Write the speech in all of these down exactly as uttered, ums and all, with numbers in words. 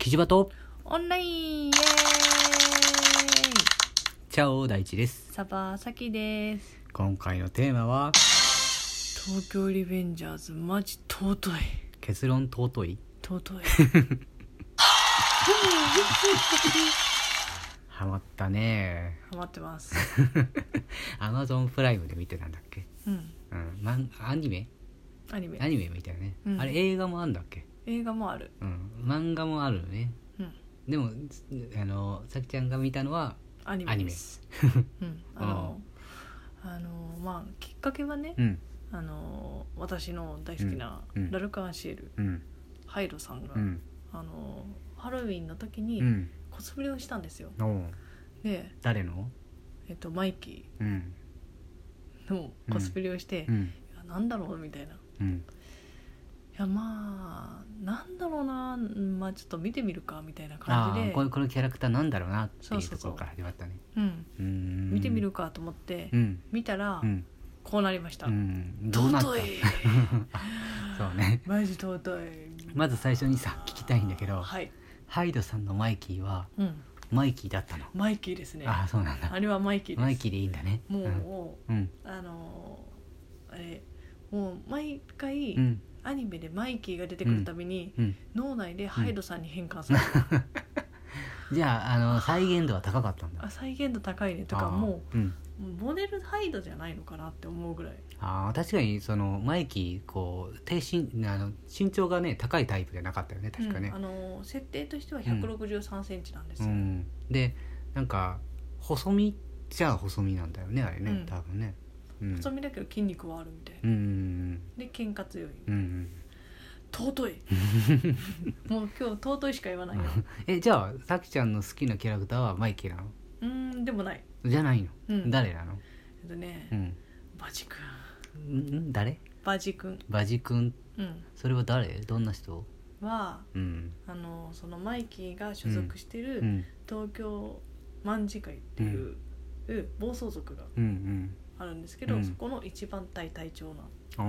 キジバトオンラインイエーイ。 チャオ大地です。 サバサキです。 今回のテーマは東京リベンジャーズマジ尊い。 結論尊い尊いハマったね。 ハマってますアマゾンプライムで見てたんだっけ。 うん、 うん、マンアニメアニメアニメみたいなね、うん、あれ映画もあんだっけ。 映画もある、 うん、漫画もあるね、うん、でもあのさきちゃんが見たのはアニメです。うん、あのあのまあきっかけはね、うん、あの私の大好きなラルカンシエル、うん、ハイロさんが、うん、あのハロウィンの時にコスプレをしたんですよ、うん、で誰の、 えっと、マイキーのコスプレをして、うん、いやなんだろうみたいな、うん、いやまあなんだろうな、まあちょっと見てみるかみたいな感じで、 あこのこのキャラクターなんだろうなっていうところから始まったね。 そうそうそう、うん、うーん見てみるかと思って、うん、見たら、うん、こうなりました、うん、 どうなった尊いそうね、 マジ尊い。 まず最初にさ聞きたいんだけど、 はい、 ハイドさんのマイキーは、うん、マイキーだったの。 マイキーですね。 ああそうなんだ。 あれはマイキーです。 マイキーでいいんだね。 もう、うん、あのー、あれもう毎回、うん、アニメでマイキーが出てくるたびに、うん、脳内でハイドさんに変換される、 うん、じゃあ、あの再現度は高かったんだ。 あ再現度高いねとか、もう、うん、モデルハイドじゃないのかなって思うぐらい。 あ確かにそのマイキーこう低身あの身長がね高いタイプじゃなかったよね確かね、 うん、あの設定としてはひゃくろくじゅうさんセンチなんですよ、うん、 でなんか細身じゃあ細身なんだよねあれね、うん、多分ね、 うん、細身だけど筋肉はあるみたいな、うん、で喧嘩強い、うん、尊いもう今日尊いしか言わないよえじゃあさきちゃんの好きなキャラクターはマイキーなの？ うーんでもないじゃないの、うん、誰なの？ えっとね、うん、バジ君ん誰？ バジ君バジ君、うん、それは誰？どんな人？ は、うん、あのそのマイキーが所属してる、うん、東京卍会っていう、うん、暴走族があるんですけど、うん、そこの一番隊隊長な、うん、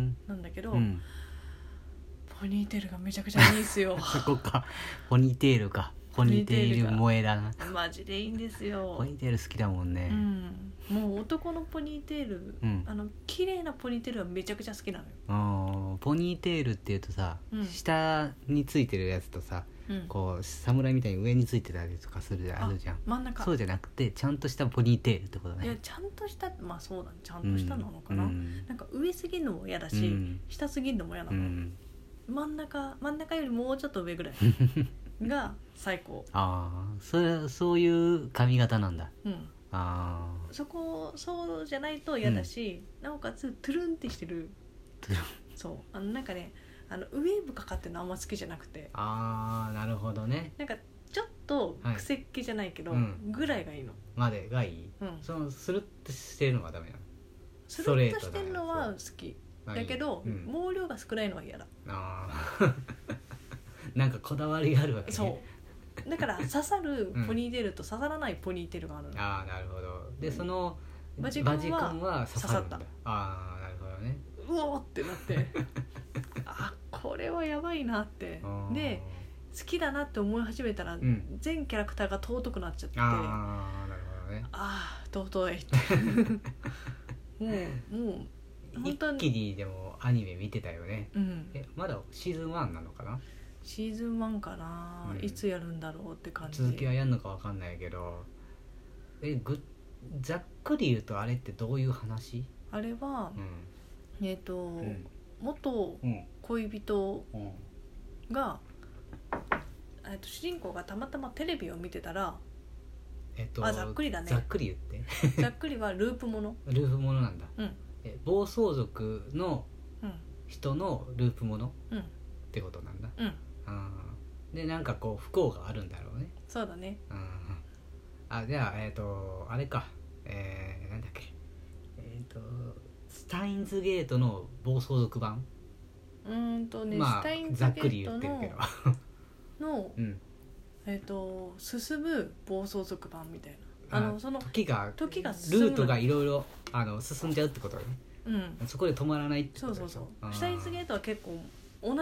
なんだけど、うん、ポニーテールがめちゃくちゃいいんですよそこかポニーテールかポニーテール萌えだな。 マジでいいんですよ。 ポニーテール好きだもんね、 うん、もう男のポニーテール、うん、あの綺麗なポニーテールはめちゃくちゃ好きなのよ。 あポニーテールっていうとさ、うん、下についてるやつとさ、うん、こう侍みたいに上についてたりとかするあるじゃん。 真ん中。 そうじゃなくてちゃんとしたポニーテールってことね。 いやちゃんとしたまあそうだねちゃんとしたなのかな、うん、なんか上すぎるのも嫌だし、うん、下すぎるのも嫌なの、うん、真ん中真ん中よりもうちょっと上ぐらいが最高。 ああそれそういう髪型なんだ。うん。 あそこそうじゃないと嫌だし、うん、なおかつトゥルンってしてる。トゥルン。そうあのなんかねあのウェーブかかってるのあんま好きじゃなくて。 ああなるほどね。 なんかちょっと癖っ気じゃないけど、はい、うん、ぐらいがいいの。までがいい。うん。そのスルッとしてるのはダメなの。 スルッとしてるのは好き。だけど、うん、毛量が少ないのは嫌だ。ああ。 なんかこだわりがあるわけね。 そうだから刺さるポニーテールと刺さらないポニーテールがあるの、うん、 ああなるほど。でそのバジ君は刺さった。 ああなるほどね。 うおーってなってあこれはやばいなってで好きだなって思い始めたら、うん、全キャラクターが尊くなっちゃってああなるほどね。 ああ尊いってもうもう本当に一気にでもアニメ見てたよね、うん、えまだシーズンワンなのかな。 シーズンワンかな、うん、いつやるんだろうって感じ。 続きはやるのか分かんないけどえぐざっくり言うとあれってどういう話？ あれは、うん、えっ、ー、と、うん、元恋人が、うん、えっと主人公がたまたまテレビを見てたらえっとあざっくりだね。 ざっくり言ってざっくりはループものループものなんだ、うん、え暴走族の人のループもの、うん、ってことなんだ、うんあでなんかこう不幸があるんだろうね。 そうだね。 あじゃあえっ、ー、とあれかえー、なんだっけえっ、ー、とスタインズゲートの暴走族版うーんとね、 まあ、 スタインズゲートのざっくり言ってるけどの、うん、えっ、ー、と進む暴走族版みたいなあのその時が時がルートがいろいろあの進んじゃうってことね。うん、そこで止まらないってことでしょ。 そうそうそう。スタインズゲートは結構同じ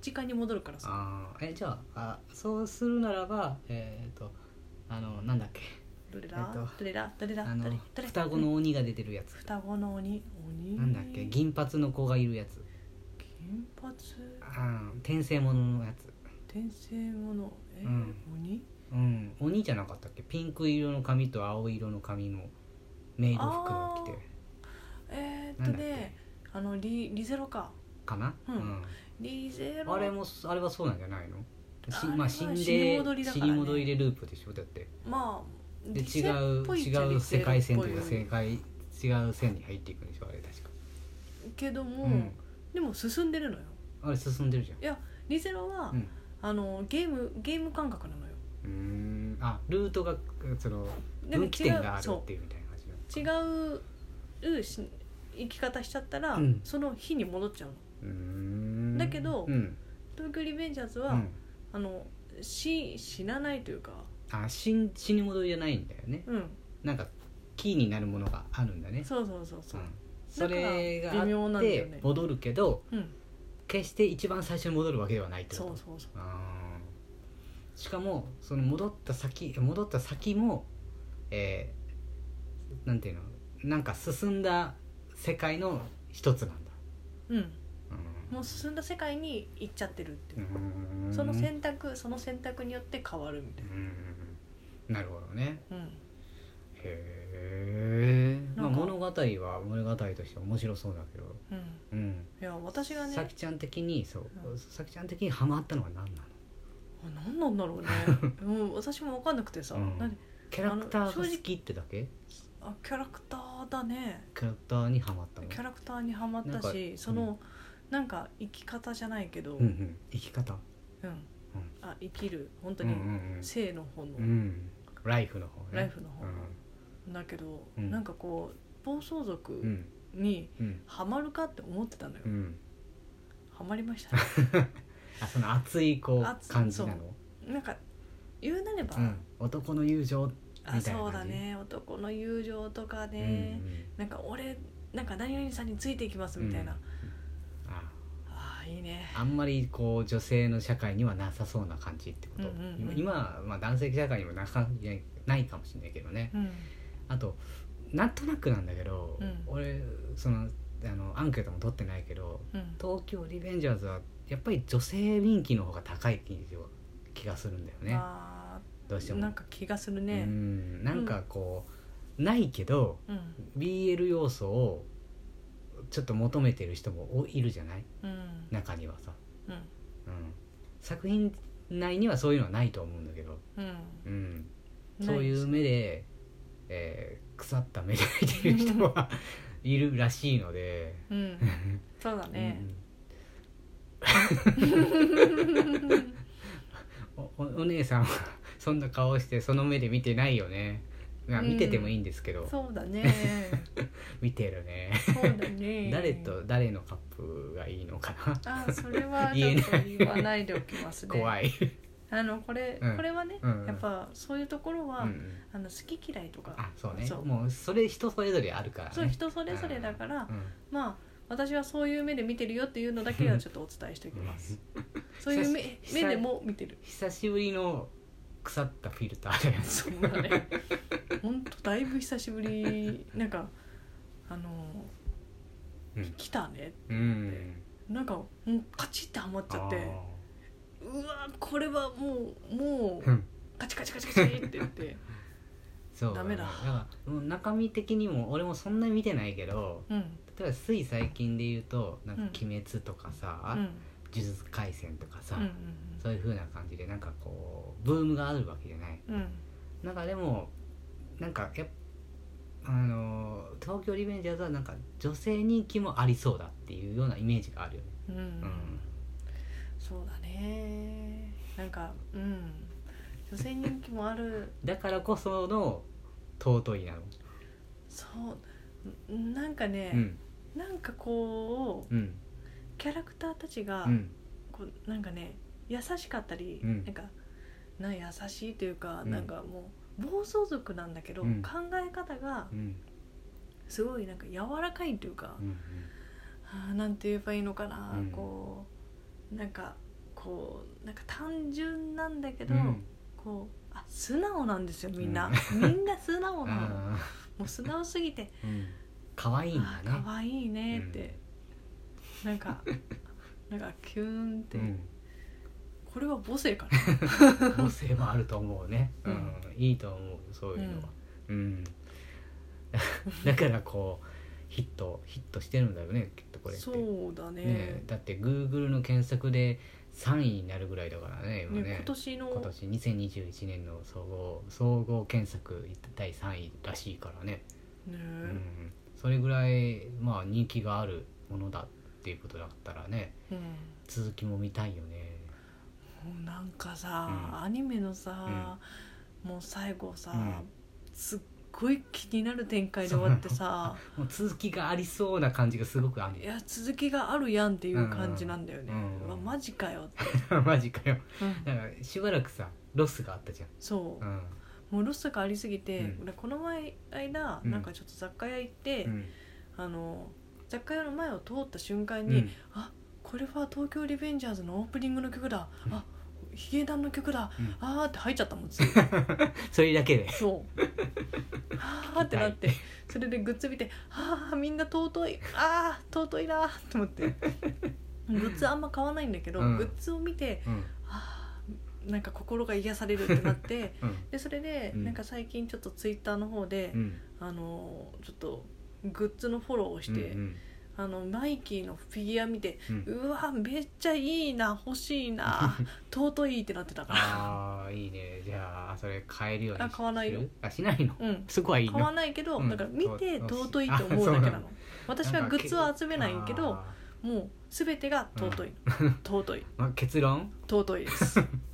時間に戻るからさ。 あえじゃあ、あそうするならばえっ、ー、とあのなんだっけどれだ、えっと、どれだどれだあのどれどれ双子の鬼が出てるやつ、 双子の鬼鬼なんだっけ銀髪の子がいるやつ、 銀髪あ転生もののやつ、 転生ものえ、うん、鬼うん鬼じゃなかったっけ、ピンク色の髪と青色の髪のメイド服を着て、 えー、っとねあのリリゼロかかな、 うんうん、リゼロあれもあれはそうなんじゃないの、しまあ死んで死に戻りだからね、 死に戻りでループでしょだって、 まあで違う違う世界線というか世界違う線に入っていくんでしょあれ確かけども、うん、でも進んでるのよ。 あれ進んでるじゃん。 いやリゼロは、うん、あのゲームゲーム感覚なのよ。 うーんあルートがその分岐点があるっていうみたいな感じの違う生き方しちゃったら、うん、その日に戻っちゃうの。うーんだけど、うん、東京リベンジャーズは、うん、あの死死なないというかあ 死, 死に戻りじゃないんだよね、うん、なんかキーになるものがあるんだね。 そうそうそうそう、うん、 それがあって戻るけど、うん、決して一番最初に戻るわけではないってこと。そうそうそうあしかもその戻った先戻った先も、えー、なんていうのなんか進んだ世界の一つなんだ。 うん、うん、もう進んだ世界に行っちゃってるっていう、うん、その選択その選択によって変わるみたいな。うんなるほどね、うん、へえ、まあ、物語は物語として面白そうだけど、 うんうん、いや私がねさきちゃん的にそう、うん、さきちゃん的にハマったのは何なの？ 何なんだろうねもう私も分かんなくてさ、うん、何キャラクターが好きってだけ？ あキャラクターだね。 キャラクターにハマったの？ キャラクターにハマったしその、うん、なんか生き方じゃないけど、 うんうん、生き方うんあ生きる本当に生の方の、うんうんうんライフの方ね。 ライフの方、うん、だけど、うん、なんかこう暴走族にハマるかって思ってたのよ、うん、ハマりましたねあその熱いこう感じなのなんか言うなれば、 うん、男の友情みたいな感じ。 あそうだね男の友情とかね、うんうん、なんか俺なんか何々さんについていきますみたいな、うん、ああいいね。 あんまりこう女性の社会にはなさそうな感じってこと、うんうんうん、今はまあ男性社会にもなかないかもしれないけどね、うん、あとなんとなくなんだけど、うん、俺そのあのアンケートも取ってないけど、うん、東京リベンジャーズはやっぱり女性人気の方が高い気がするんだよね。あどうしてもなんか気がするね。 うんなんかこう、うん、ないけど、うん、ビーエル 要素をちょっと求めてる人もいるじゃない、うん、中にはさ、うんうん、作品内にはそういうのはないと思うんだけど、うんうん、そういう目で、えー、腐った目で見てる人はいるらしいので、 うん、そうだね、 うん、お, お姉さんはそんな顔してその目で見てないよね。まあ、見ててもいいんですけど、うん、 そうだね見てるね。 そうだね誰と誰のカップがいいのかなあそれはちょっと言わないでおきますね怖いあのこれ、うん、これはね、うんうん、やっぱそういうところは、うんうん、あの好き嫌いとかあそうねそうもうそれ人それぞれあるからね。 そう人それぞれだから、うん、まあ私はそういう目で見てるよっていうのだけはちょっとお伝えしておきますそういう 目, 目でも見てる。 久しぶりの腐ったフィルターでそうだねほんとだいぶ久しぶりなんかあの、うん、来たねって、うん、なんかもうカチッてハマっちゃってうわこれはもうもう、うん、カチカチカチカチって言ってそうダメだ。だからもう中身的にも俺もそんなに見てないけど、うん、例えばつい最近で言うとなんか鬼滅とかさ、うん、呪術廻戦とかさ、うんうんうん、そういう風な感じでなんかこうブームがあるわけじゃない、うん、なんかでもなんかやっあの東京リベンジャーズはなんか女性人気もありそうだっていうようなイメージがあるよね、うんうん、 そうだねなんかうん女性人気もあるだからこその尊いなの。 そうなんかね、うん、なんかこう、うん、キャラクターたちが、うん、こうなんかね優しかったり、うん、なんかな優しいというか、うん、なんかもう暴走族なんだけど、うん、考え方がすごいなんか柔らかいというか、うんうん、あなんて言えばいいのかな、うん、こうなんかこうなんか単純なんだけど、 うん、 こうあ素直なんですよみんな、うん、みんな素直なのもう素直すぎて、 うん、可愛いんだね、 可愛いねって、うん、なんかなんかキューンって、うん、これは母性かな母性もあると思うね、うんうん、いいと思うそういうのは、うんうん、だからこうヒットヒットしてるんだよねきっとこれって。 そうだ ね, ねだって Google の検索でさんいになるぐらいだからね今ね。 ね今年の今年にせんにじゅういちねんの総合総合検索だいさんいらしいからね。ね、うん、それぐらいまあ人気があるものだっていうことだったらね、うん、続きも見たいよね。 もうなんかさ、うん、アニメのさ、うん、もう最後さ、うん、すっごい気になる展開で終わってさもう続きがありそうな感じがすごくある。 いや続きがあるやんっていう感じなんだよね、うんうん、マジかよってマジかよ、うん、だからしばらくさロスがあったじゃん。 そう、うん、もうロスがありすぎて、うん、この前間なんかちょっと雑貨屋行って、うん、あの雑貨屋の前を通った瞬間に、うん、あこれは東京リベンジャーズのオープニングの曲だ、うん、あヒゲダンの曲だ、うん、あーって入っちゃったもんそれだけでそうあーってなってそれでグッズ見てあーみんな尊いあー尊いなと思ってグッズあんま買わないんだけど、うん、グッズを見て、うん、あーなんか心が癒されるってなって、うん、でそれで、うん、なんか最近ちょっとツイッターの方で、うん、あのちょっとグッズのフォローをして、うんうんあのナイキのフィギュア見て、うん、うわめっちゃいいな欲しいな尊いってなってたからああいいねじゃあそれ買えるようにあ買わないよあしないの、うん、そこはいいの買わないけど、うん、だから見て尊いと思うだけなの私はグッズは集めないけどもう全てが尊い、うん、尊い、 まあ、結論尊いです